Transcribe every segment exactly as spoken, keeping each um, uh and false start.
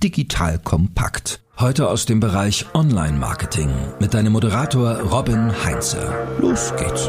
digital kompakt. Heute aus dem Bereich Online-Marketing mit deinem Moderator Robin Heinze. Los geht's.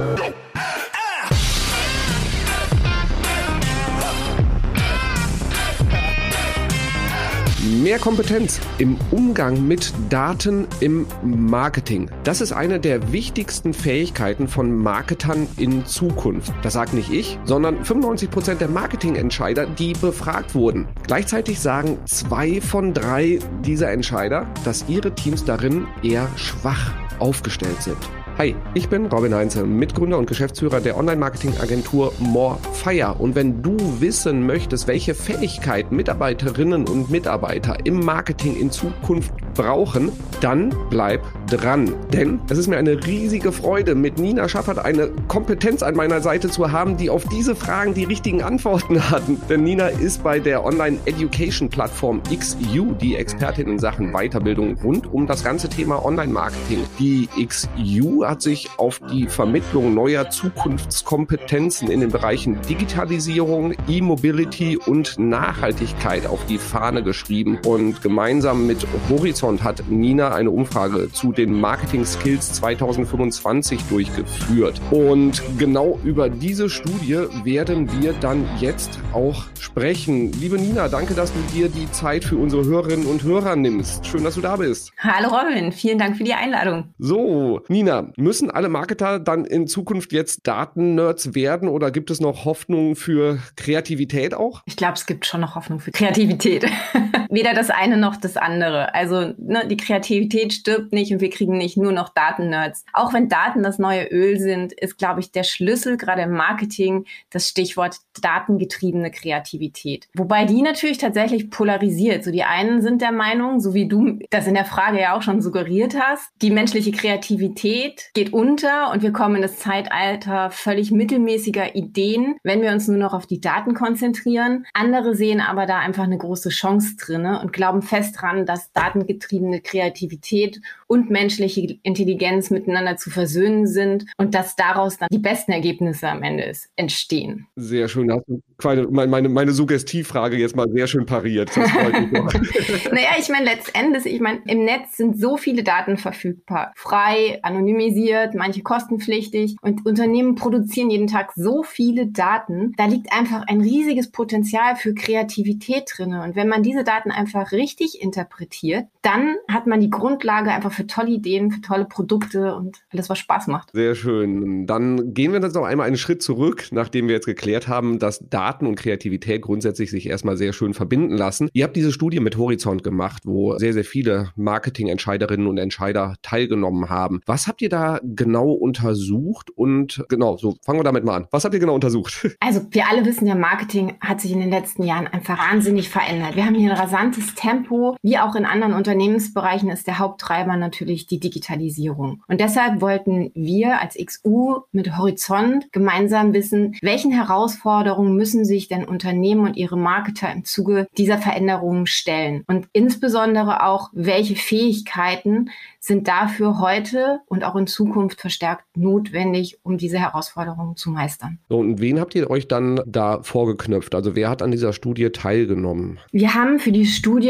Mehr Kompetenz im Umgang mit Daten im Marketing. Das ist eine der wichtigsten Fähigkeiten von Marketern in Zukunft. Das sagt nicht ich, sondern fünfundneunzig Prozent der Marketingentscheider, die befragt wurden. Gleichzeitig sagen zwei von drei dieser Entscheider, dass ihre Teams darin eher schwach aufgestellt sind. Hi, ich bin Robin Heinze, Mitgründer und Geschäftsführer der Online-Marketing-Agentur Morefire. Und wenn du wissen möchtest, welche Fähigkeiten Mitarbeiterinnen und Mitarbeiter im Marketing in Zukunft brauchen, dann bleib dran. Denn es ist mir eine riesige Freude, mit Nina Schaffert eine Kompetenz an meiner Seite zu haben, die auf diese Fragen die richtigen Antworten hatten. Denn Nina ist bei der Online-Education-Plattform X U die Expertin in Sachen Weiterbildung rund um das ganze Thema Online-Marketing. Die X U hat sich auf die Vermittlung neuer Zukunftskompetenzen in den Bereichen Digitalisierung, E-Mobility und Nachhaltigkeit auf die Fahne geschrieben. Und gemeinsam mit Horizont hat Nina eine Umfrage zu den Marketing Skills zwanzig fünfundzwanzig durchgeführt. Und genau über diese Studie werden wir dann jetzt auch sprechen. Liebe Nina, danke, dass du dir die Zeit für unsere Hörerinnen und Hörer nimmst. Schön, dass du da bist. Hallo Robin, vielen Dank für die Einladung. So, Nina, müssen alle Marketer dann in Zukunft jetzt Daten-Nerds werden oder gibt es noch Hoffnung für Kreativität auch? Ich glaube, es gibt schon noch Hoffnung für Kreativität. Weder das eine noch das andere. Also ne, die Kreativität stirbt nicht und wir kriegen nicht nur noch Daten-Nerds. Auch wenn Daten das neue Öl sind, ist, glaube ich, der Schlüssel gerade im Marketing das Stichwort datengetriebene Kreativität. Wobei die natürlich tatsächlich polarisiert. So die einen sind der Meinung, so wie du das in der Frage ja auch schon suggeriert hast, die menschliche Kreativität geht unter und wir kommen in das Zeitalter völlig mittelmäßiger Ideen, wenn wir uns nur noch auf die Daten konzentrieren. Andere sehen aber da einfach eine große Chance drin und glauben fest dran, dass datengetriebene Kreativität und menschliche Intelligenz miteinander zu versöhnen sind und dass daraus dann die besten Ergebnisse am Ende entstehen. Sehr schön. Hast du meine, meine, meine Suggestivfrage jetzt mal sehr schön pariert. Das freut mich noch. Naja, ich meine, letztendlich, ich meine, im Netz sind so viele Daten verfügbar. Frei, anonymisiert, manche kostenpflichtig. Und Unternehmen produzieren jeden Tag so viele Daten. Da liegt einfach ein riesiges Potenzial für Kreativität drin. Und wenn man diese Daten einfach richtig interpretiert, dann hat man die Grundlage einfach für tolle Ideen, für tolle Produkte und alles, was Spaß macht. Sehr schön. Dann gehen wir jetzt noch einmal einen Schritt zurück, nachdem wir jetzt geklärt haben, dass Daten und Kreativität grundsätzlich sich erstmal sehr schön verbinden lassen. Ihr habt diese Studie mit Horizont gemacht, wo sehr, sehr viele Marketingentscheiderinnen und Entscheider teilgenommen haben. Was habt ihr da genau untersucht? Und genau, so fangen wir damit mal an. Was habt ihr genau untersucht? Also wir alle wissen ja, Marketing hat sich in den letzten Jahren einfach wahnsinnig verändert. Wir haben hier ein rasantes Tempo. Wie auch in anderen Unternehmensbereichen ist der Haupttreiber natürlich die Digitalisierung. Und deshalb wollten wir als X U mit Horizont gemeinsam wissen, welchen Herausforderungen müssen sich denn Unternehmen und ihre Marketer im Zuge dieser Veränderungen stellen? Und insbesondere auch, welche Fähigkeiten sind dafür heute und auch in Zukunft verstärkt notwendig, um diese Herausforderungen zu meistern. So, und wen habt ihr euch dann da vorgeknöpft? Also wer hat an dieser Studie teilgenommen? Wir haben für die Studie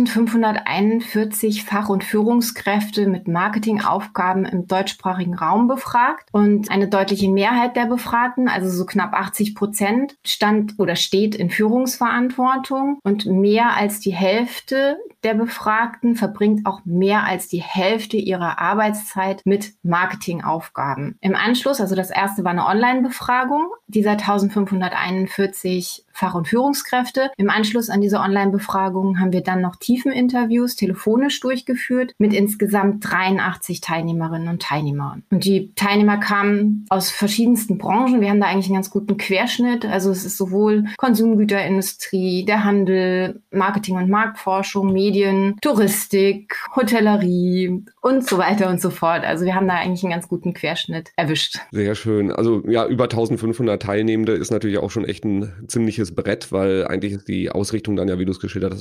eintausendfünfhunderteinundvierzig Fach- und Führungskräfte mit Marketingaufgaben im deutschsprachigen Raum befragt und eine deutliche Mehrheit der Befragten, also so knapp achtzig Prozent, stand oder steht in Führungsverantwortung und mehr als die Hälfte der Befragten verbringt auch mehr als die Hälfte ihrer Arbeitszeit mit Marketingaufgaben. Im Anschluss, also das erste war eine Online-Befragung dieser eintausendfünfhunderteinundvierzig Fach- und Führungskräfte. Im Anschluss an diese Online-Befragung haben wir dann noch Tiefeninterviews telefonisch durchgeführt mit insgesamt dreiundachtzig Teilnehmerinnen und Teilnehmern. Und die Teilnehmer kamen aus verschiedensten Branchen. Wir haben da eigentlich einen ganz guten Querschnitt. Also es ist sowohl Konsumgüterindustrie, der Handel, Marketing- und Marktforschung, Medien, Touristik, Hotellerie und so weiter und so fort. Also wir haben da eigentlich einen ganz guten Querschnitt erwischt. Sehr schön. Also ja, über eintausendfünfhundert Teilnehmende ist natürlich auch schon echt ein ziemliches Brett, weil eigentlich ist die Ausrichtung dann ja, wie du es geschildert hast,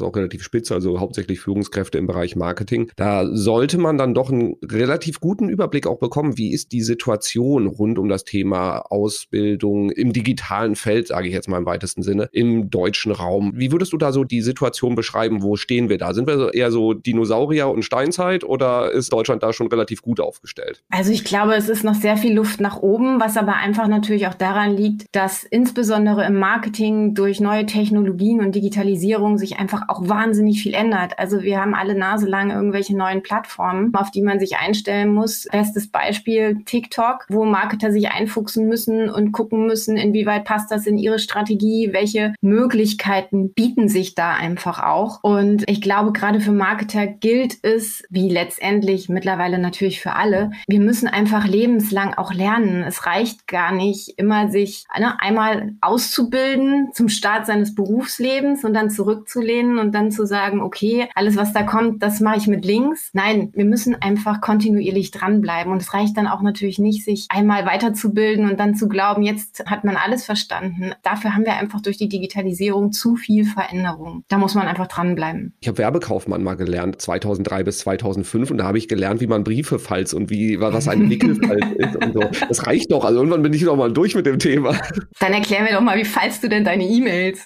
auch relativ spitz, also hauptsächlich Führungskräfte im Bereich Marketing. Da sollte man dann doch einen relativ guten Überblick auch bekommen, wie ist die Situation rund um das Thema Ausbildung im digitalen Feld, sage ich jetzt mal im weitesten Sinne, im deutschen Raum. Wie würdest du da so die Situation beschreiben? Wo stehen wir da? Sind wir eher so Dinosaurier und Steinzeit oder ist Deutschland da schon relativ gut aufgestellt? Also ich glaube, es ist noch sehr viel Luft nach oben, was aber einfach natürlich auch daran liegt, dass insbesondere im Marketing durch neue Technologien und Digitalisierung sich einfach auch wahnsinnig viel ändert. Also wir haben alle Nase lang irgendwelche neuen Plattformen, auf die man sich einstellen muss. Bestes Beispiel TikTok, wo Marketer sich einfuchsen müssen und gucken müssen, inwieweit passt das in ihre Strategie, welche Möglichkeiten bieten sich da einfach auch. Und ich glaube, gerade für Marketer gilt es, wie letztendlich mittlerweile natürlich für alle, wir müssen einfach lebenslang auch lernen. Es reicht gar nicht, immer sich ne, einmal auszubilden zum Start seines Berufslebens und dann zurückzulehnen und dann zu sagen, okay, alles, was da kommt, das mache ich mit links. Nein, wir müssen einfach kontinuierlich dranbleiben. Und es reicht dann auch natürlich nicht, sich einmal weiterzubilden und dann zu glauben, jetzt hat man alles verstanden. Dafür haben wir einfach durch die Digitalisierung zu viel Veränderung. Da muss man einfach dranbleiben. Ich habe Werbekaufmann mal gelernt, zweitausenddrei bis zweitausendfünf, und da habe ich gelernt, wie man Briefe falzt und wie was ein Wickelfalz ist und so. Das reicht doch. Also irgendwann bin ich noch mal durch mit dem Thema. Dann erklär mir doch mal, wie faltst du denn deine E-Mails?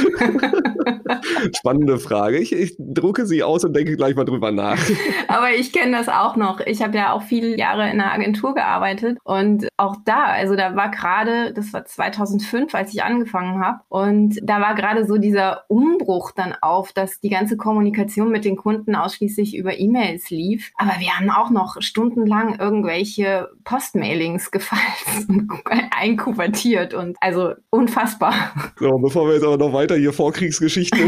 Spannende Frage. Ich, ich drucke sie aus und denke gleich mal drüber nach. Aber ich kenne das auch noch. Ich habe ja auch viele Jahre in einer Agentur gearbeitet und auch da, also da war gerade, das war zweitausendfünf, als ich angefangen habe, und da war gerade so dieser Umbruch dann auf, dass die ganze Kommunikation mit den Kunden ausschließlich über E-Mails lief. Aber wir haben auch noch stundenlang irgendwelche Postmailings gefalzt und einkuvertiert und also unfassbar. So, bevor wir jetzt aber noch weiter hier Vorkriegsgeschichten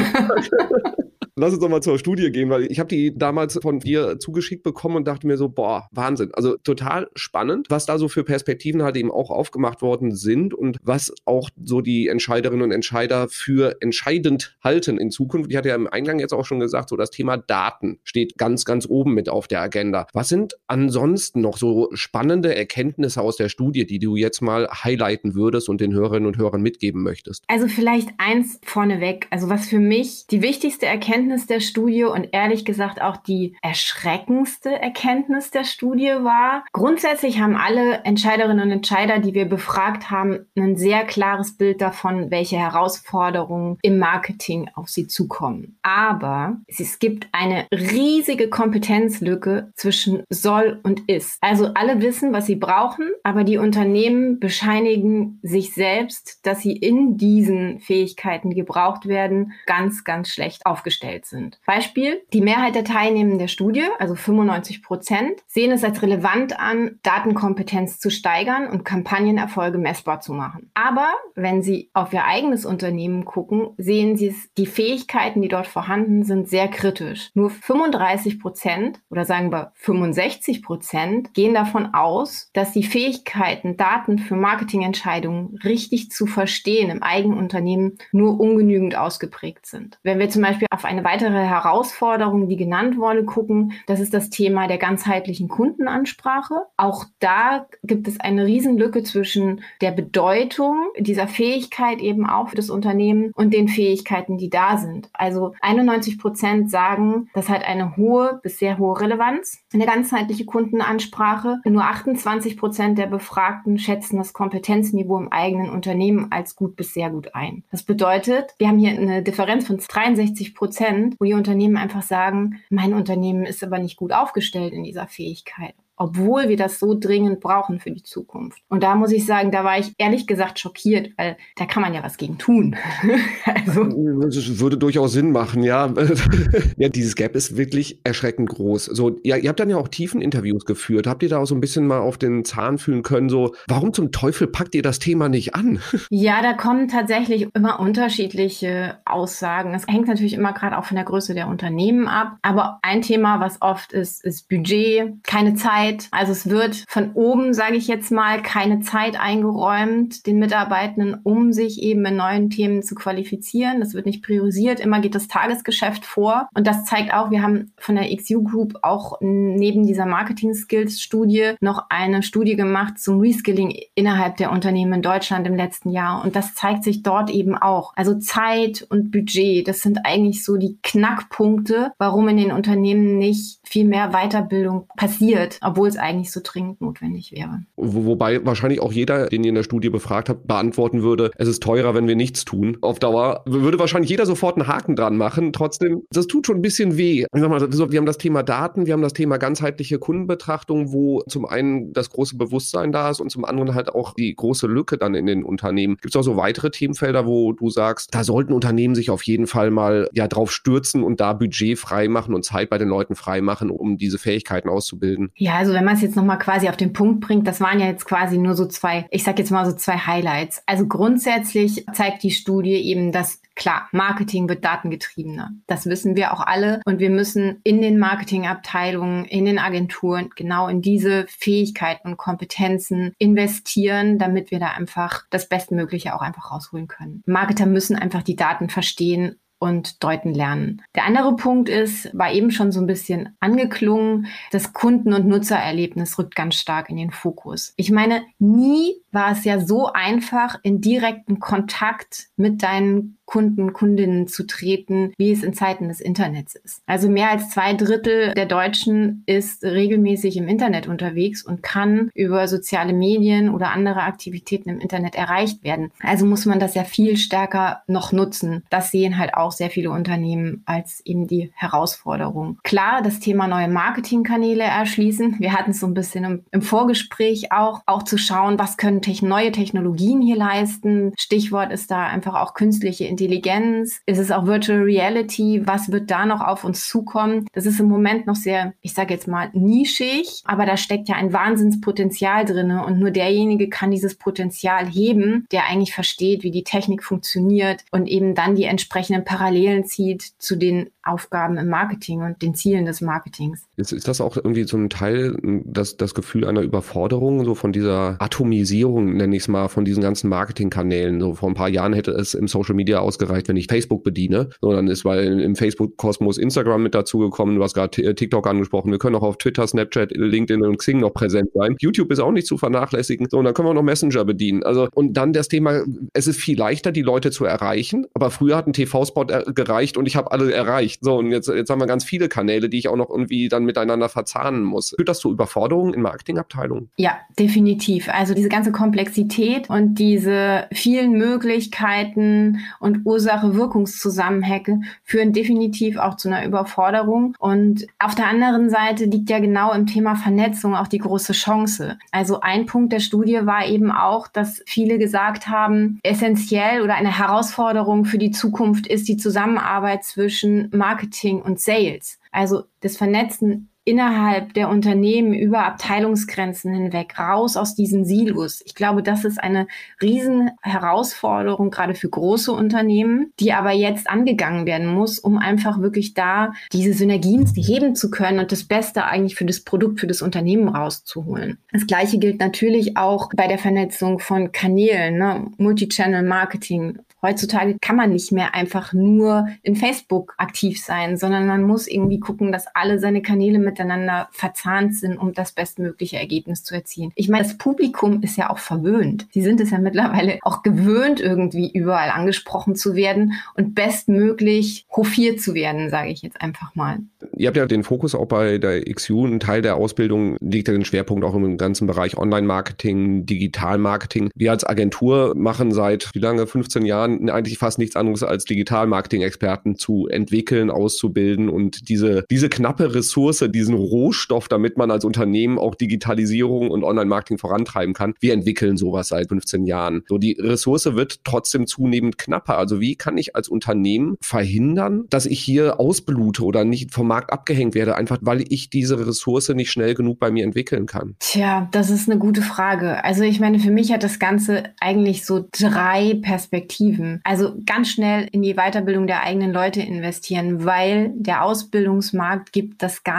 lass uns doch mal zur Studie gehen, weil ich habe die damals von dir zugeschickt bekommen und dachte mir so, boah, Wahnsinn. Also total spannend, was da so für Perspektiven halt eben auch aufgemacht worden sind und was auch so die Entscheiderinnen und Entscheider für entscheidend halten in Zukunft. Ich hatte ja im Eingang jetzt auch schon gesagt, so das Thema Daten steht ganz, ganz oben mit auf der Agenda. Was sind ansonsten noch so spannende Erkenntnisse aus der Studie, die du jetzt mal highlighten würdest und den Hörerinnen und Hörern mitgeben möchtest? Also vielleicht eins vorneweg, also was für mich die wichtigste Erkenntnis der Studie und ehrlich gesagt auch die erschreckendste Erkenntnis der Studie war. Grundsätzlich haben alle Entscheiderinnen und Entscheider, die wir befragt haben, ein sehr klares Bild davon, welche Herausforderungen im Marketing auf sie zukommen. Aber es gibt eine riesige Kompetenzlücke zwischen soll und ist. Also alle wissen, was sie brauchen, aber die Unternehmen bescheinigen sich selbst, dass sie in diesen Fähigkeiten, die gebraucht werden, ganz, ganz schlecht aufgestellt sind. Beispiel, die Mehrheit der Teilnehmenden der Studie, also fünfundneunzig Prozent, sehen es als relevant an, Datenkompetenz zu steigern und Kampagnenerfolge messbar zu machen. Aber wenn sie auf ihr eigenes Unternehmen gucken, sehen sie es, die Fähigkeiten, die dort vorhanden sind, sehr kritisch. Nur fünfunddreißig Prozent oder sagen wir fünfundsechzig Prozent gehen davon aus, dass die Fähigkeiten, Daten für Marketingentscheidungen richtig zu verstehen im eigenen Unternehmen nur ungenügend ausgeprägt sind. Wenn wir zum Beispiel auf eine weitere Herausforderung, die genannt wurde, gucken, das ist das Thema der ganzheitlichen Kundenansprache. Auch da gibt es eine Riesenlücke zwischen der Bedeutung dieser Fähigkeit eben auch für das Unternehmen und den Fähigkeiten, die da sind. Also einundneunzig Prozent sagen, das hat eine hohe bis sehr hohe Relevanz. Eine ganzheitliche Kundenansprache. Nur achtundzwanzig Prozent der Befragten schätzen das Kompetenzniveau im eigenen Unternehmen als gut bis sehr gut ein. Das bedeutet, wir haben hier eine Differenz von dreiundsechzig Prozent, wo die Unternehmen einfach sagen, mein Unternehmen ist aber nicht gut aufgestellt in dieser Fähigkeit, obwohl wir das so dringend brauchen für die Zukunft. Und da muss ich sagen, da war ich ehrlich gesagt schockiert, weil da kann man ja was gegen tun. Also. Das würde durchaus Sinn machen, ja. Ja, dieses Gap ist wirklich erschreckend groß. So, ja, ihr habt dann ja auch Tiefeninterviews geführt. Habt ihr da auch so ein bisschen mal auf den Zahn fühlen können, so, warum zum Teufel packt ihr das Thema nicht an? Ja, da kommen tatsächlich immer unterschiedliche Aussagen. Es hängt natürlich immer gerade auch von der Größe der Unternehmen ab. Aber ein Thema, was oft ist, ist Budget, keine Zeit, Zeit. Also es wird von oben, sage ich jetzt mal, keine Zeit eingeräumt, den Mitarbeitenden, um sich eben in neuen Themen zu qualifizieren. Das wird nicht priorisiert. Immer geht das Tagesgeschäft vor. Und das zeigt auch, wir haben von der X U Group auch neben dieser Marketing-Skills-Studie noch eine Studie gemacht zum Reskilling innerhalb der Unternehmen in Deutschland im letzten Jahr. Und das zeigt sich dort eben auch. Also Zeit und Budget, das sind eigentlich so die Knackpunkte, warum in den Unternehmen nicht viel mehr Weiterbildung passiert, obwohl es eigentlich so dringend notwendig wäre. Wo, wobei wahrscheinlich auch jeder, den ihr in der Studie befragt habt, beantworten würde, es ist teurer, wenn wir nichts tun. Auf Dauer würde wahrscheinlich jeder sofort einen Haken dran machen. Trotzdem, das tut schon ein bisschen weh. Ich sag mal, wir haben das Thema Daten, wir haben das Thema ganzheitliche Kundenbetrachtung, wo zum einen das große Bewusstsein da ist und zum anderen halt auch die große Lücke dann in den Unternehmen. Gibt es auch so weitere Themenfelder, wo du sagst, da sollten Unternehmen sich auf jeden Fall mal ja drauf stürzen und da Budget frei machen und Zeit bei den Leuten frei machen, um diese Fähigkeiten auszubilden? Ja, also wenn man es jetzt nochmal quasi auf den Punkt bringt, das waren ja jetzt quasi nur so zwei, ich sag jetzt mal so zwei Highlights. Also grundsätzlich zeigt die Studie eben, dass klar, Marketing wird datengetriebener. Das wissen wir auch alle. Und wir müssen in den Marketingabteilungen, in den Agenturen genau in diese Fähigkeiten und Kompetenzen investieren, damit wir da einfach das Bestmögliche auch einfach rausholen können. Marketer müssen einfach die Daten verstehen und deuten lernen. Der andere Punkt ist, war eben schon so ein bisschen angeklungen, das Kunden- und Nutzererlebnis rückt ganz stark in den Fokus. Ich meine, nie war es ja so einfach, in direkten Kontakt mit deinen Kunden, Kundinnen zu treten, wie es in Zeiten des Internets ist. Also mehr als zwei Drittel der Deutschen ist regelmäßig im Internet unterwegs und kann über soziale Medien oder andere Aktivitäten im Internet erreicht werden. Also muss man das ja viel stärker noch nutzen. Das sehen halt auch sehr viele Unternehmen als eben die Herausforderung. Klar, das Thema neue Marketingkanäle erschließen. Wir hatten es so ein bisschen im, im Vorgespräch auch, auch zu schauen, was können te- neue Technologien hier leisten. Stichwort ist da einfach auch künstliche Intelligenz. Ist es auch Virtual Reality? Was wird da noch auf uns zukommen? Das ist im Moment noch sehr, ich sage jetzt mal, nischig, aber da steckt ja ein Wahnsinnspotenzial drin und nur derjenige kann dieses Potenzial heben, der eigentlich versteht, wie die Technik funktioniert und eben dann die entsprechenden Parallelen zieht zu den Aufgaben im Marketing und den Zielen des Marketings. Ist, ist das auch irgendwie zum Teil das, das Gefühl einer Überforderung, so von dieser Atomisierung, nenne ich es mal, von diesen ganzen Marketingkanälen? So vor ein paar Jahren hätte es im Social Media ausgereicht, wenn ich Facebook bediene, sondern ist, weil im Facebook-Kosmos Instagram mit dazugekommen, du hast gerade TikTok angesprochen, wir können auch auf Twitter, Snapchat, LinkedIn und Xing noch präsent sein. YouTube ist auch nicht zu vernachlässigen, so, und dann können wir auch noch Messenger bedienen. Also, und dann das Thema, es ist viel leichter, die Leute zu erreichen, aber früher hat ein T V-Spot gereicht und ich habe alle erreicht. So, und jetzt, jetzt haben wir ganz viele Kanäle, die ich auch noch irgendwie dann miteinander verzahnen muss. Führt das zu Überforderungen in Marketingabteilungen? Ja, definitiv. Also diese ganze Komplexität und diese vielen Möglichkeiten und Ursache-Wirkungszusammenhänge führen definitiv auch zu einer Überforderung. Und auf der anderen Seite liegt ja genau im Thema Vernetzung auch die große Chance. Also ein Punkt der Studie war eben auch, dass viele gesagt haben, essentiell oder eine Herausforderung für die Zukunft ist die Zusammenarbeit zwischen Marketing und Sales. Also das Vernetzen innerhalb der Unternehmen über Abteilungsgrenzen hinweg, raus aus diesen Silos. Ich glaube, das ist eine riesen Herausforderung, gerade für große Unternehmen, die aber jetzt angegangen werden muss, um einfach wirklich da diese Synergien heben zu können und das Beste eigentlich für das Produkt, für das Unternehmen rauszuholen. Das Gleiche gilt natürlich auch bei der Vernetzung von Kanälen, ne? Multi-Channel-Marketing. Heutzutage kann man nicht mehr einfach nur in Facebook aktiv sein, sondern man muss irgendwie gucken, dass alle seine Kanäle miteinander verzahnt sind, um das bestmögliche Ergebnis zu erzielen. Ich meine, das Publikum ist ja auch verwöhnt. Sie sind es ja mittlerweile auch gewöhnt, irgendwie überall angesprochen zu werden und bestmöglich hofiert zu werden, sage ich jetzt einfach mal. Ihr habt ja den Fokus auch bei der X U. Ein Teil der Ausbildung liegt ja den Schwerpunkt auch im ganzen Bereich Online-Marketing, Digital-Marketing. Wir als Agentur machen seit, wie lange, fünfzehn Jahren eigentlich fast nichts anderes als Digital-Marketing-Experten zu entwickeln, auszubilden und diese, diese knappe Ressource, diesen Rohstoff, damit man als Unternehmen auch Digitalisierung und Online-Marketing vorantreiben kann. Wir entwickeln sowas seit fünfzehn Jahren. So, die Ressource wird trotzdem zunehmend knapper. Also wie kann ich als Unternehmen verhindern, dass ich hier ausblute oder nicht vom Markt abgehängt werde, einfach weil ich diese Ressource nicht schnell genug bei mir entwickeln kann? Tja, das ist eine gute Frage. Also ich meine, für mich hat das Ganze eigentlich so drei Perspektiven. Also ganz schnell in die Weiterbildung der eigenen Leute investieren, weil der Ausbildungsmarkt gibt das gar nicht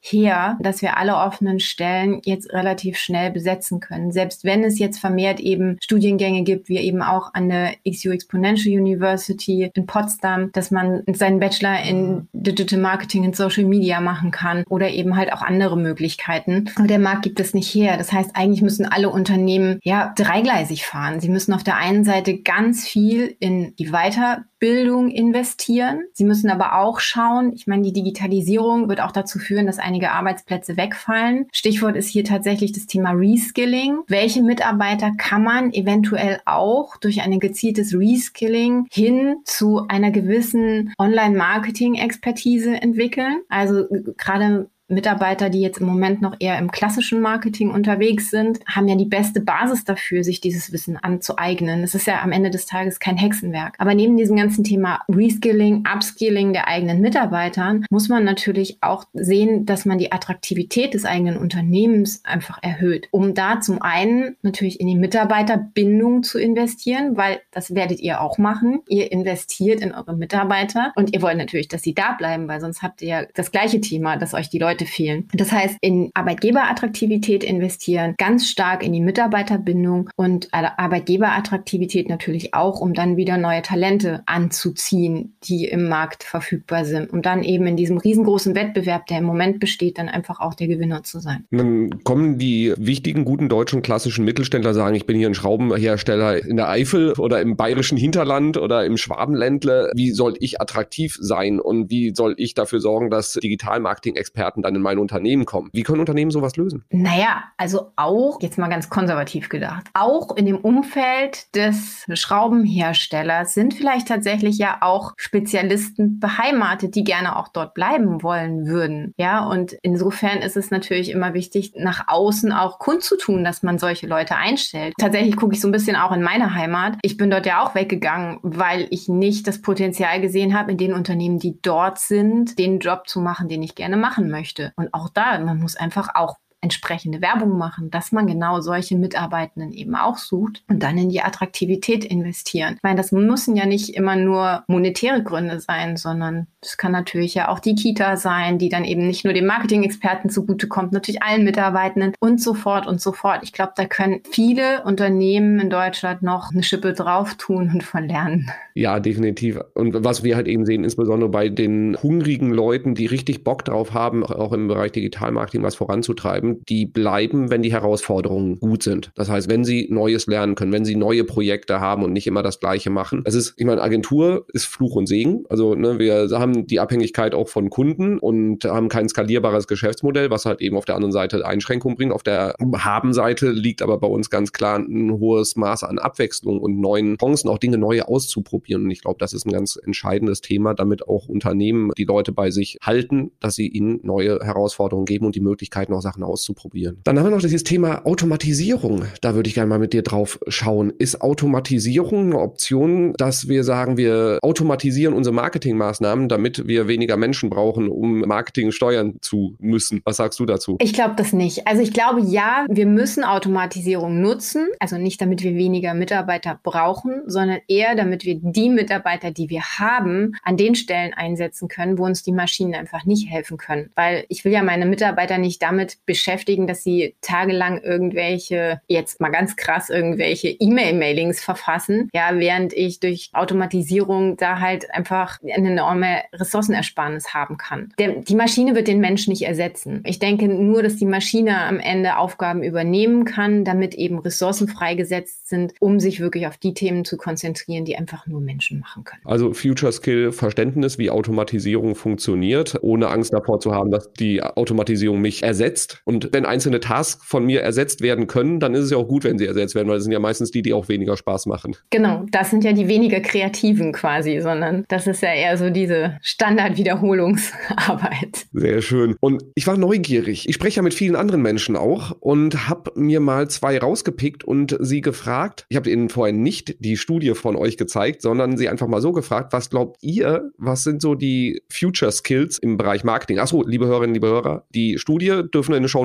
her, dass wir alle offenen Stellen jetzt relativ schnell besetzen können. Selbst wenn es jetzt vermehrt eben Studiengänge gibt, wie eben auch an der X U Exponential University in Potsdam, dass man seinen Bachelor in Digital Marketing und Social Media machen kann oder eben halt auch andere Möglichkeiten. Aber der Markt gibt es nicht her. Das heißt, eigentlich müssen alle Unternehmen ja dreigleisig fahren. Sie müssen auf der einen Seite ganz viel in die Weiterbildung investieren. Sie müssen aber auch schauen, ich meine, die Digitalisierung wird auch dazu führen, dass einige Arbeitsplätze wegfallen. Stichwort ist hier tatsächlich das Thema Reskilling. Welche Mitarbeiter kann man eventuell auch durch ein gezieltes Reskilling hin zu einer gewissen Online-Marketing-Expertise entwickeln? Also gerade Mitarbeiter, die jetzt im Moment noch eher im klassischen Marketing unterwegs sind, haben ja die beste Basis dafür, sich dieses Wissen anzueignen. Es ist ja am Ende des Tages kein Hexenwerk. Aber neben diesem ganzen Thema Reskilling, Upskilling der eigenen Mitarbeitern muss man natürlich auch sehen, dass man die Attraktivität des eigenen Unternehmens einfach erhöht, um da zum einen natürlich in die Mitarbeiterbindung zu investieren, weil das werdet ihr auch machen. Ihr investiert in eure Mitarbeiter und ihr wollt natürlich, dass sie da bleiben, weil sonst habt ihr ja das gleiche Thema, dass euch die Leute fehlen. Das heißt, in Arbeitgeberattraktivität investieren, ganz stark in die Mitarbeiterbindung und Arbeitgeberattraktivität natürlich auch, um dann wieder neue Talente anzuziehen, die im Markt verfügbar sind, um dann eben in diesem riesengroßen Wettbewerb, der im Moment besteht, dann einfach auch der Gewinner zu sein. Dann kommen die wichtigen, guten deutschen klassischen Mittelständler, sagen, ich bin hier ein Schraubenhersteller in der Eifel oder im bayerischen Hinterland oder im Schwabenländle. Wie soll ich attraktiv sein und wie soll ich dafür sorgen, dass Digital-Marketing-Experten dann in mein Unternehmen kommen? Wie können Unternehmen sowas lösen? Naja, also auch, jetzt mal ganz konservativ gedacht, auch in dem Umfeld des Schraubenherstellers sind vielleicht tatsächlich ja auch Spezialisten beheimatet, die gerne auch dort bleiben wollen würden. Ja, und insofern ist es natürlich immer wichtig, nach außen auch kundzutun, dass man solche Leute einstellt. Tatsächlich gucke ich so ein bisschen auch in meine Heimat. Ich bin dort ja auch weggegangen, weil ich nicht das Potenzial gesehen habe, in den Unternehmen, die dort sind, den Job zu machen, den ich gerne machen möchte. Und auch da, man muss einfach auch entsprechende Werbung machen, dass man genau solche Mitarbeitenden eben auch sucht und dann in die Attraktivität investieren. Ich meine, das müssen ja nicht immer nur monetäre Gründe sein, sondern es kann natürlich ja auch die Kita sein, die dann eben nicht nur dem Marketing-Experten zugutekommt, natürlich allen Mitarbeitenden und so fort und so fort. Ich glaube, da können viele Unternehmen in Deutschland noch eine Schippe drauf tun und von lernen. Ja, definitiv. Und was wir halt eben sehen, insbesondere bei den hungrigen Leuten, die richtig Bock drauf haben, auch im Bereich Digitalmarketing was voranzutreiben, die bleiben, wenn die Herausforderungen gut sind. Das heißt, wenn sie Neues lernen können, wenn sie neue Projekte haben und nicht immer das Gleiche machen. Es ist, ich meine, Agentur ist Fluch und Segen. Also ne, wir haben die Abhängigkeit auch von Kunden und haben kein skalierbares Geschäftsmodell, was halt eben auf der anderen Seite Einschränkungen bringt. Auf der Haben-Seite liegt aber bei uns ganz klar ein hohes Maß an Abwechslung und neuen Chancen, auch Dinge neu auszuprobieren. Und ich glaube, das ist ein ganz entscheidendes Thema, damit auch Unternehmen die Leute bei sich halten, dass sie ihnen neue Herausforderungen geben und die Möglichkeiten, auch Sachen auszuprobieren. Dann haben wir noch dieses Thema Automatisierung. Da würde ich gerne mal mit dir drauf schauen. Ist Automatisierung eine Option, dass wir sagen, wir automatisieren unsere Marketingmaßnahmen, damit wir weniger Menschen brauchen, um Marketing steuern zu müssen? Was sagst du dazu? Ich glaube das nicht. Also ich glaube, ja, wir müssen Automatisierung nutzen. Also nicht, damit wir weniger Mitarbeiter brauchen, sondern eher, damit wir die Mitarbeiter, die wir haben, an den Stellen einsetzen können, wo uns die Maschinen einfach nicht helfen können. Weil ich will ja meine Mitarbeiter nicht damit beschäftigen, dass sie tagelang irgendwelche, jetzt mal ganz krass, irgendwelche E-Mail-Mailings verfassen, ja, während ich durch Automatisierung da halt einfach eine enorme Ressourcenersparnis haben kann. Der, die Maschine wird den Menschen nicht ersetzen. Ich denke nur, dass die Maschine am Ende Aufgaben übernehmen kann, damit eben Ressourcen freigesetzt sind, um sich wirklich auf die Themen zu konzentrieren, die einfach nur Menschen machen können. Also Future Skill Verständnis, wie Automatisierung funktioniert, ohne Angst davor zu haben, dass die Automatisierung mich ersetzt. Und wenn einzelne Tasks von mir ersetzt werden können, dann ist es ja auch gut, wenn sie ersetzt werden, weil das sind ja meistens die, die auch weniger Spaß machen. Genau, das sind ja die weniger Kreativen quasi, sondern das ist ja eher so diese Standard-Wiederholungsarbeit. Sehr schön. Und ich war neugierig. Ich spreche ja mit vielen anderen Menschen auch und habe mir mal zwei rausgepickt und sie gefragt, ich habe ihnen vorhin nicht die Studie von euch gezeigt, sondern sie einfach mal so gefragt, was glaubt ihr, was sind so die Future Skills im Bereich Marketing? Achso, liebe Hörerinnen, liebe Hörer, die Studie dürfen wir in den Shownotes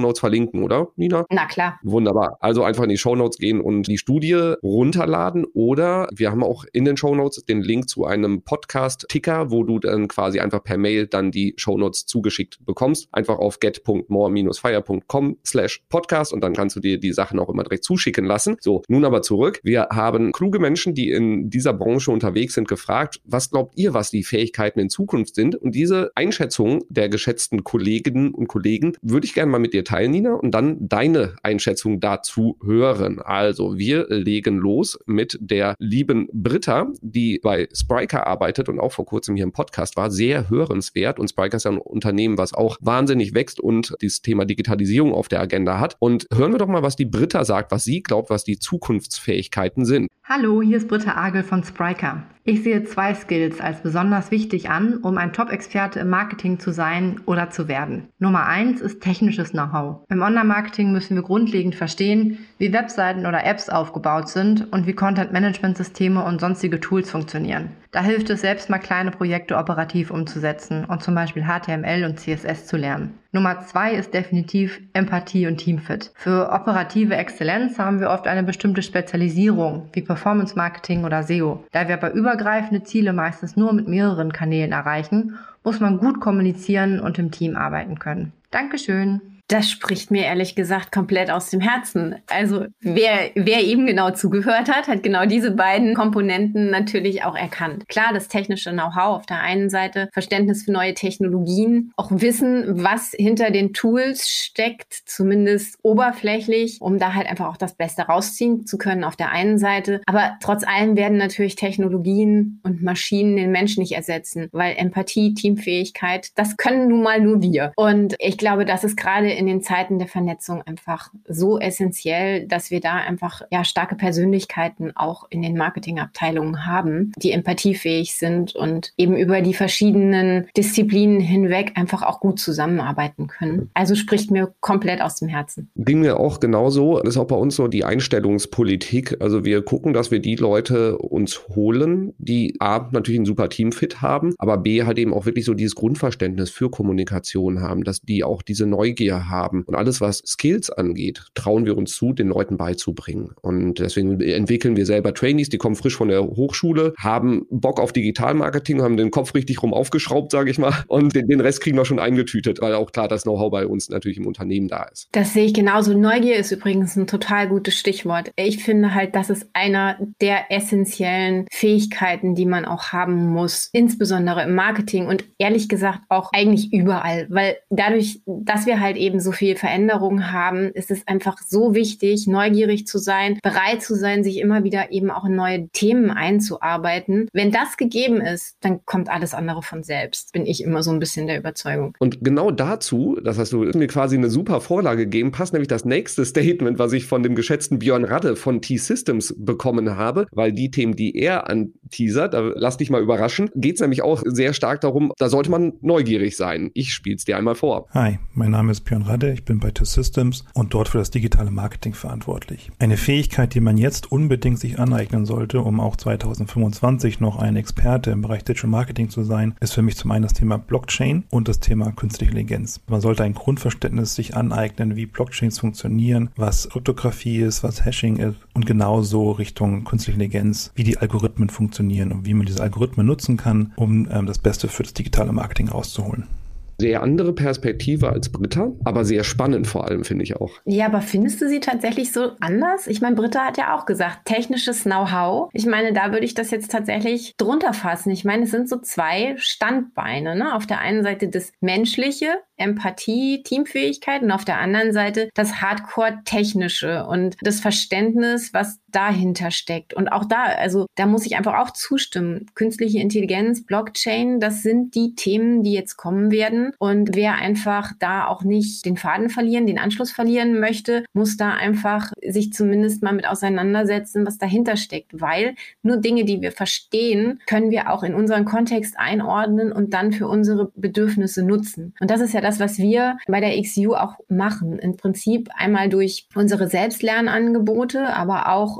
Shownotes verlinken, oder, Nina? Na klar. Wunderbar. Also einfach in die Shownotes gehen und die Studie runterladen, oder wir haben auch in den Shownotes den Link zu einem Podcast-Ticker, wo du dann quasi einfach per Mail dann die Shownotes zugeschickt bekommst. Einfach auf get punkt more dash fire punkt com slash podcast und dann kannst du dir die Sachen auch immer direkt zuschicken lassen. So, nun aber zurück. Wir haben kluge Menschen, die in dieser Branche unterwegs sind, gefragt, was glaubt ihr, was die Fähigkeiten in Zukunft sind? Und diese Einschätzung der geschätzten Kolleginnen und Kollegen würde ich gerne mal mit dir teilen, Nina, und dann deine Einschätzung dazu hören. Also, wir legen los mit der lieben Britta, die bei Spryker arbeitet und auch vor kurzem hier im Podcast war. Sehr hörenswert, und Spryker ist ja ein Unternehmen, was auch wahnsinnig wächst und dieses Thema Digitalisierung auf der Agenda hat. Und hören wir doch mal, was die Britta sagt, was sie glaubt, was die Zukunftsfähigkeiten sind. Hallo, hier ist Britta Agel von Spryker. Ich sehe zwei Skills als besonders wichtig an, um ein Top-Experte im Marketing zu sein oder zu werden. Nummer eins ist technisches Know-how. Im Online-Marketing müssen wir grundlegend verstehen, wie Webseiten oder Apps aufgebaut sind und wie Content-Management-Systeme und sonstige Tools funktionieren. Da hilft es, selbst mal kleine Projekte operativ umzusetzen und zum Beispiel H T M L und C S S zu lernen. Nummer zwei ist definitiv Empathie und Teamfit. Für operative Exzellenz haben wir oft eine bestimmte Spezialisierung, wie Performance Marketing oder S E O. Da wir aber übergreifende Ziele meistens nur mit mehreren Kanälen erreichen, muss man gut kommunizieren und im Team arbeiten können. Dankeschön. Das spricht mir ehrlich gesagt komplett aus dem Herzen. Also wer, wer eben genau zugehört hat, hat genau diese beiden Komponenten natürlich auch erkannt. Klar, das technische Know-how auf der einen Seite, Verständnis für neue Technologien, auch Wissen, was hinter den Tools steckt, zumindest oberflächlich, um da halt einfach auch das Beste rausziehen zu können auf der einen Seite. Aber trotz allem werden natürlich Technologien und Maschinen den Menschen nicht ersetzen, weil Empathie, Teamfähigkeit, das können nun mal nur wir. Und ich glaube, das ist gerade in den Zeiten der Vernetzung einfach so essentiell, dass wir da einfach ja starke Persönlichkeiten auch in den Marketingabteilungen haben, die empathiefähig sind und eben über die verschiedenen Disziplinen hinweg einfach auch gut zusammenarbeiten können. Also spricht mir komplett aus dem Herzen. Ging mir auch genauso. Das ist auch bei uns so die Einstellungspolitik. Also wir gucken, dass wir die Leute uns holen, die A, natürlich einen super Teamfit haben, aber B, halt eben auch wirklich so dieses Grundverständnis für Kommunikation haben, dass die auch diese Neugier haben. Und alles, was Skills angeht, trauen wir uns zu, den Leuten beizubringen. Und deswegen entwickeln wir selber Trainees, die kommen frisch von der Hochschule, haben Bock auf Digitalmarketing, haben den Kopf richtig rum aufgeschraubt, sage ich mal. Und den, den Rest kriegen wir schon eingetütet, weil auch klar das Know-how bei uns natürlich im Unternehmen da ist. Das sehe ich genauso. Neugier ist übrigens ein total gutes Stichwort. Ich finde halt, das ist einer der essentiellen Fähigkeiten, die man auch haben muss, insbesondere im Marketing und ehrlich gesagt auch eigentlich überall, weil dadurch, dass wir halt eben so viel Veränderung haben, ist es einfach so wichtig, neugierig zu sein, bereit zu sein, sich immer wieder eben auch in neue Themen einzuarbeiten. Wenn das gegeben ist, dann kommt alles andere von selbst, bin ich immer so ein bisschen der Überzeugung. Und genau dazu, das hast du mir quasi eine super Vorlage gegeben, passt nämlich das nächste Statement, was ich von dem geschätzten Björn Radde von T-Systems bekommen habe, weil die Themen, die er anteasert, da lass dich mal überraschen, geht es nämlich auch sehr stark darum, da sollte man neugierig sein. Ich spiel's dir einmal vor. Hi, mein Name ist Björn Radde, ich bin bei T-Systems und dort für das digitale Marketing verantwortlich. Eine Fähigkeit, die man jetzt unbedingt sich aneignen sollte, um auch zweitausendfünfundzwanzig noch ein Experte im Bereich Digital Marketing zu sein, ist für mich zum einen das Thema Blockchain und das Thema künstliche Intelligenz. Man sollte ein Grundverständnis sich aneignen, wie Blockchains funktionieren, was Kryptographie ist, was Hashing ist und genauso Richtung künstliche Intelligenz, wie die Algorithmen funktionieren und wie man diese Algorithmen nutzen kann, um ähm, das Beste für das digitale Marketing rauszuholen. Sehr andere Perspektive als Britta, aber sehr spannend vor allem, finde ich auch. Ja, aber findest du sie tatsächlich so anders? Ich meine, Britta hat ja auch gesagt, technisches Know-how. Ich meine, da würde ich das jetzt tatsächlich drunter fassen. Ich meine, es sind so zwei Standbeine, ne? Auf der einen Seite das Menschliche, Empathie, Teamfähigkeit und auf der anderen Seite das Hardcore-Technische und das Verständnis, was dahinter steckt. Und auch da, also da muss ich einfach auch zustimmen. Künstliche Intelligenz, Blockchain, das sind die Themen, die jetzt kommen werden. Und wer einfach da auch nicht den Faden verlieren, den Anschluss verlieren möchte, muss da einfach sich zumindest mal mit auseinandersetzen, was dahinter steckt. Weil nur Dinge, die wir verstehen, können wir auch in unseren Kontext einordnen und dann für unsere Bedürfnisse nutzen. Und das ist ja das, was wir bei der X U auch machen. Im Prinzip einmal durch unsere Selbstlernangebote, aber auch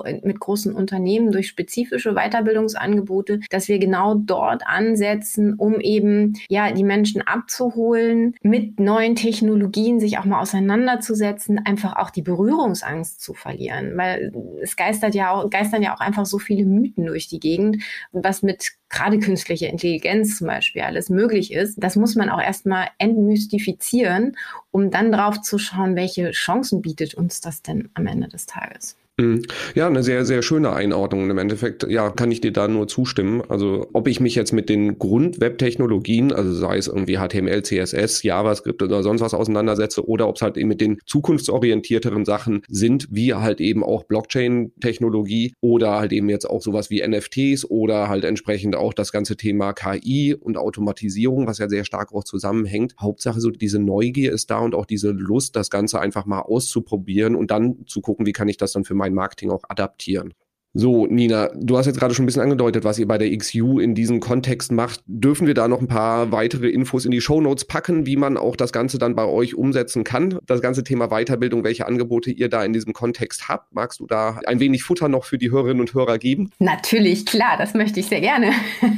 mit großen Unternehmen durch spezifische Weiterbildungsangebote, dass wir genau dort ansetzen, um eben ja die Menschen abzuholen, mit neuen Technologien sich auch mal auseinanderzusetzen, einfach auch die Berührungsangst zu verlieren, weil es geistert ja auch, geistern ja auch einfach so viele Mythen durch die Gegend, was mit gerade künstlicher Intelligenz zum Beispiel alles möglich ist. Das muss man auch erstmal entmystifizieren, um dann drauf zu schauen, welche Chancen bietet uns das denn am Ende des Tages. Ja, eine sehr, sehr schöne Einordnung. Im Endeffekt, ja, kann ich dir da nur zustimmen. Also, ob ich mich jetzt mit den Grund-Web-Technologien, also sei es irgendwie H T M L, C S S, JavaScript oder sonst was auseinandersetze, oder ob es halt eben mit den zukunftsorientierteren Sachen sind, wie halt eben auch Blockchain-Technologie oder halt eben jetzt auch sowas wie N F Ts oder halt entsprechend auch das ganze Thema K I und Automatisierung, was ja sehr stark auch zusammenhängt. Hauptsache so diese Neugier ist da und auch diese Lust, das Ganze einfach mal auszuprobieren und dann zu gucken, wie kann ich das dann für mein Marketing auch adaptieren. So, Nina, du hast jetzt gerade schon ein bisschen angedeutet, was ihr bei der X U in diesem Kontext macht. Dürfen wir da noch ein paar weitere Infos in die Shownotes packen, wie man auch das Ganze dann bei euch umsetzen kann? Das ganze Thema Weiterbildung, welche Angebote ihr da in diesem Kontext habt. Magst du da ein wenig Futter noch für die Hörerinnen und Hörer geben? Natürlich, klar, das möchte ich sehr gerne.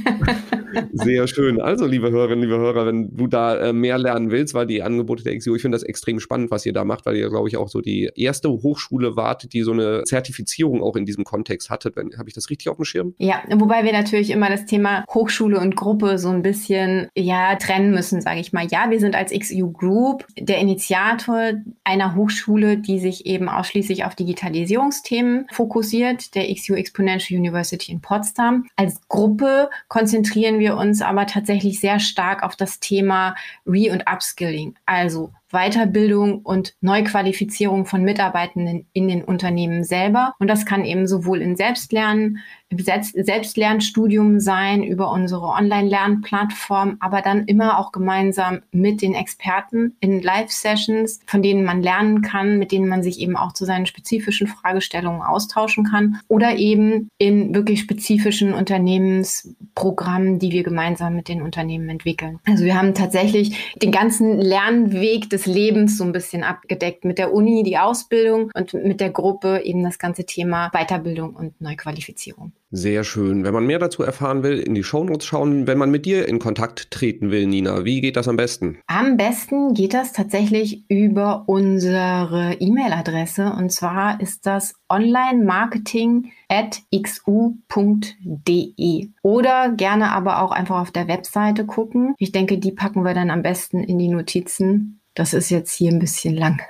Sehr schön. Also, liebe Hörerinnen, liebe Hörer, wenn du da äh, mehr lernen willst, weil die Angebote der X U, ich finde das extrem spannend, was ihr da macht, weil ihr, glaube ich, auch so die erste Hochschule wart, die so eine Zertifizierung auch in diesem Kontext hattet. Habe ich das richtig auf dem Schirm? Ja, wobei wir natürlich immer das Thema Hochschule und Gruppe so ein bisschen ja trennen müssen, sage ich mal. Ja, wir sind als X U Group der Initiator einer Hochschule, die sich eben ausschließlich auf Digitalisierungsthemen fokussiert, der X U Exponential University in Potsdam. Als Gruppe konzentrieren wir uns aber tatsächlich sehr stark auf das Thema Re- und Upskilling, also Weiterbildung und Neuqualifizierung von Mitarbeitenden in den Unternehmen selber. Und das kann eben sowohl in Selbstlernen, im Selbstlernstudium sein, über unsere Online-Lernplattform, aber dann immer auch gemeinsam mit den Experten in Live-Sessions, von denen man lernen kann, mit denen man sich eben auch zu seinen spezifischen Fragestellungen austauschen kann oder eben in wirklich spezifischen Unternehmensprogrammen, die wir gemeinsam mit den Unternehmen entwickeln. Also wir haben tatsächlich den ganzen Lernweg des Lebens so ein bisschen abgedeckt, mit der Uni die Ausbildung und mit der Gruppe eben das ganze Thema Weiterbildung und Neuqualifizierung. Sehr schön. Wenn man mehr dazu erfahren will, in die Shownotes schauen. Wenn man mit dir in Kontakt treten will, Nina, wie geht das am besten? Am besten geht das tatsächlich über unsere E-Mail-Adresse und zwar ist das onlinemarketing at x u punkt d e oder gerne aber auch einfach auf der Webseite gucken. Ich denke, die packen wir dann am besten in die Notizen. Das ist jetzt hier ein bisschen lang.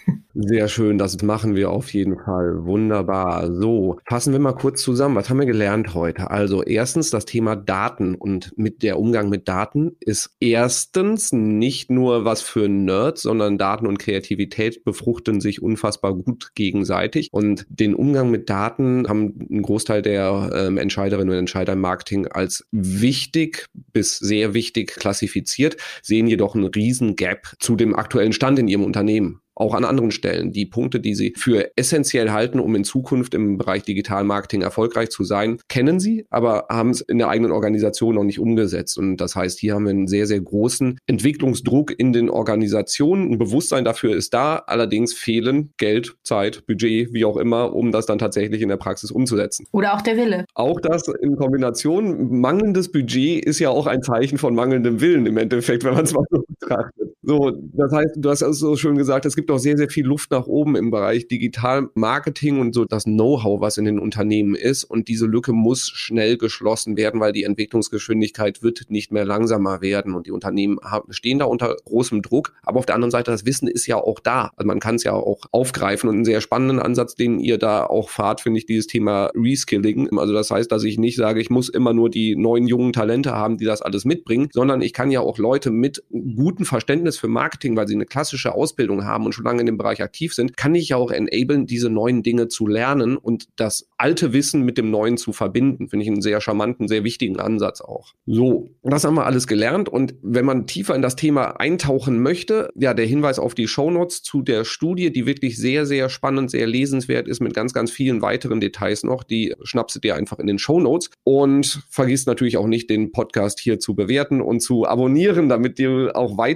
Sehr schön, das machen wir auf jeden Fall. Wunderbar. So, fassen wir mal kurz zusammen. Was haben wir gelernt heute? Also erstens das Thema Daten und mit der Umgang mit Daten ist erstens nicht nur was für Nerds, sondern Daten und Kreativität befruchten sich unfassbar gut gegenseitig. Und den Umgang mit Daten haben ein Großteil der ähm, Entscheiderinnen und Entscheider im Marketing als wichtig bis sehr wichtig klassifiziert, sehen jedoch einen riesen Gap zu dem aktuellen Stand in ihrem Unternehmen. Auch an anderen Stellen. Die Punkte, die Sie für essentiell halten, um in Zukunft im Bereich Digitalmarketing erfolgreich zu sein, kennen Sie, aber haben es in der eigenen Organisation noch nicht umgesetzt. Und das heißt, hier haben wir einen sehr, sehr großen Entwicklungsdruck in den Organisationen. Ein Bewusstsein dafür ist da, allerdings fehlen Geld, Zeit, Budget, wie auch immer, um das dann tatsächlich in der Praxis umzusetzen. Oder auch der Wille. Auch das in Kombination. Mangelndes Budget ist ja auch ein Zeichen von mangelndem Willen im Endeffekt, wenn man es mal so betrachtet. So, das heißt, du hast also so schön gesagt, es gibt auch sehr, sehr viel Luft nach oben im Bereich Digitalmarketing und so das Know-how, was in den Unternehmen ist. Und diese Lücke muss schnell geschlossen werden, weil die Entwicklungsgeschwindigkeit wird nicht mehr langsamer werden. Und die Unternehmen haben, stehen da unter großem Druck. Aber auf der anderen Seite, das Wissen ist ja auch da. Also man kann es ja auch aufgreifen. Und einen sehr spannenden Ansatz, den ihr da auch fahrt, finde ich, dieses Thema Reskilling. Also das heißt, dass ich nicht sage, ich muss immer nur die neuen jungen Talente haben, die das alles mitbringen, sondern ich kann ja auch Leute mit gutem Verständnis für Marketing, weil sie eine klassische Ausbildung haben und schon lange in dem Bereich aktiv sind, kann ich ja auch enablen, diese neuen Dinge zu lernen und das alte Wissen mit dem Neuen zu verbinden. Finde ich einen sehr charmanten, sehr wichtigen Ansatz auch. So, das haben wir alles gelernt und wenn man tiefer in das Thema eintauchen möchte, ja, der Hinweis auf die Shownotes zu der Studie, die wirklich sehr, sehr spannend, sehr lesenswert ist mit ganz, ganz vielen weiteren Details noch, die schnappst du dir einfach in den Shownotes und vergiss natürlich auch nicht, den Podcast hier zu bewerten und zu abonnieren, damit du auch weitere Folgen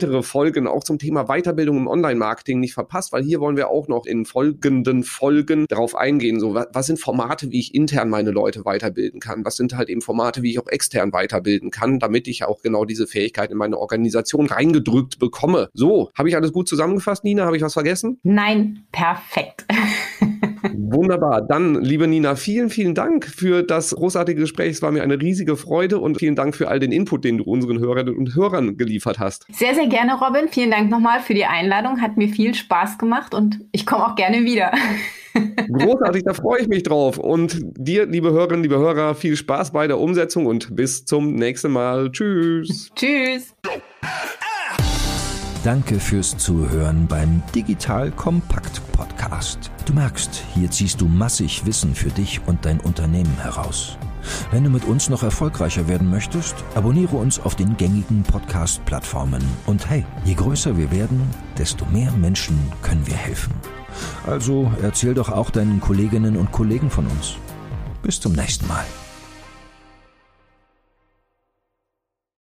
Folgen auch zum Thema Weiterbildung im Online-Marketing nicht verpasst, weil hier wollen wir auch noch in folgenden Folgen darauf eingehen. So, was sind Formate, wie ich intern meine Leute weiterbilden kann? Was sind halt eben Formate, wie ich auch extern weiterbilden kann, damit ich auch genau diese Fähigkeit in meine Organisation reingedrückt bekomme. So, habe ich alles gut zusammengefasst, Nina? Habe ich was vergessen? Nein, perfekt. Wunderbar. Dann, liebe Nina, vielen, vielen Dank für das großartige Gespräch. Es war mir eine riesige Freude und vielen Dank für all den Input, den du unseren Hörerinnen und Hörern geliefert hast. Sehr, sehr gerne, Robin. Vielen Dank nochmal für die Einladung. Hat mir viel Spaß gemacht und ich komme auch gerne wieder. Großartig, da freue ich mich drauf. Und dir, liebe Hörerinnen, liebe Hörer, viel Spaß bei der Umsetzung und bis zum nächsten Mal. Tschüss. Tschüss. Danke fürs Zuhören beim Digital Kompakt Podcast. Du merkst, hier ziehst du massig Wissen für dich und dein Unternehmen heraus. Wenn du mit uns noch erfolgreicher werden möchtest, abonniere uns auf den gängigen Podcast-Plattformen. Und hey, je größer wir werden, desto mehr Menschen können wir helfen. Also erzähl doch auch deinen Kolleginnen und Kollegen von uns. Bis zum nächsten Mal.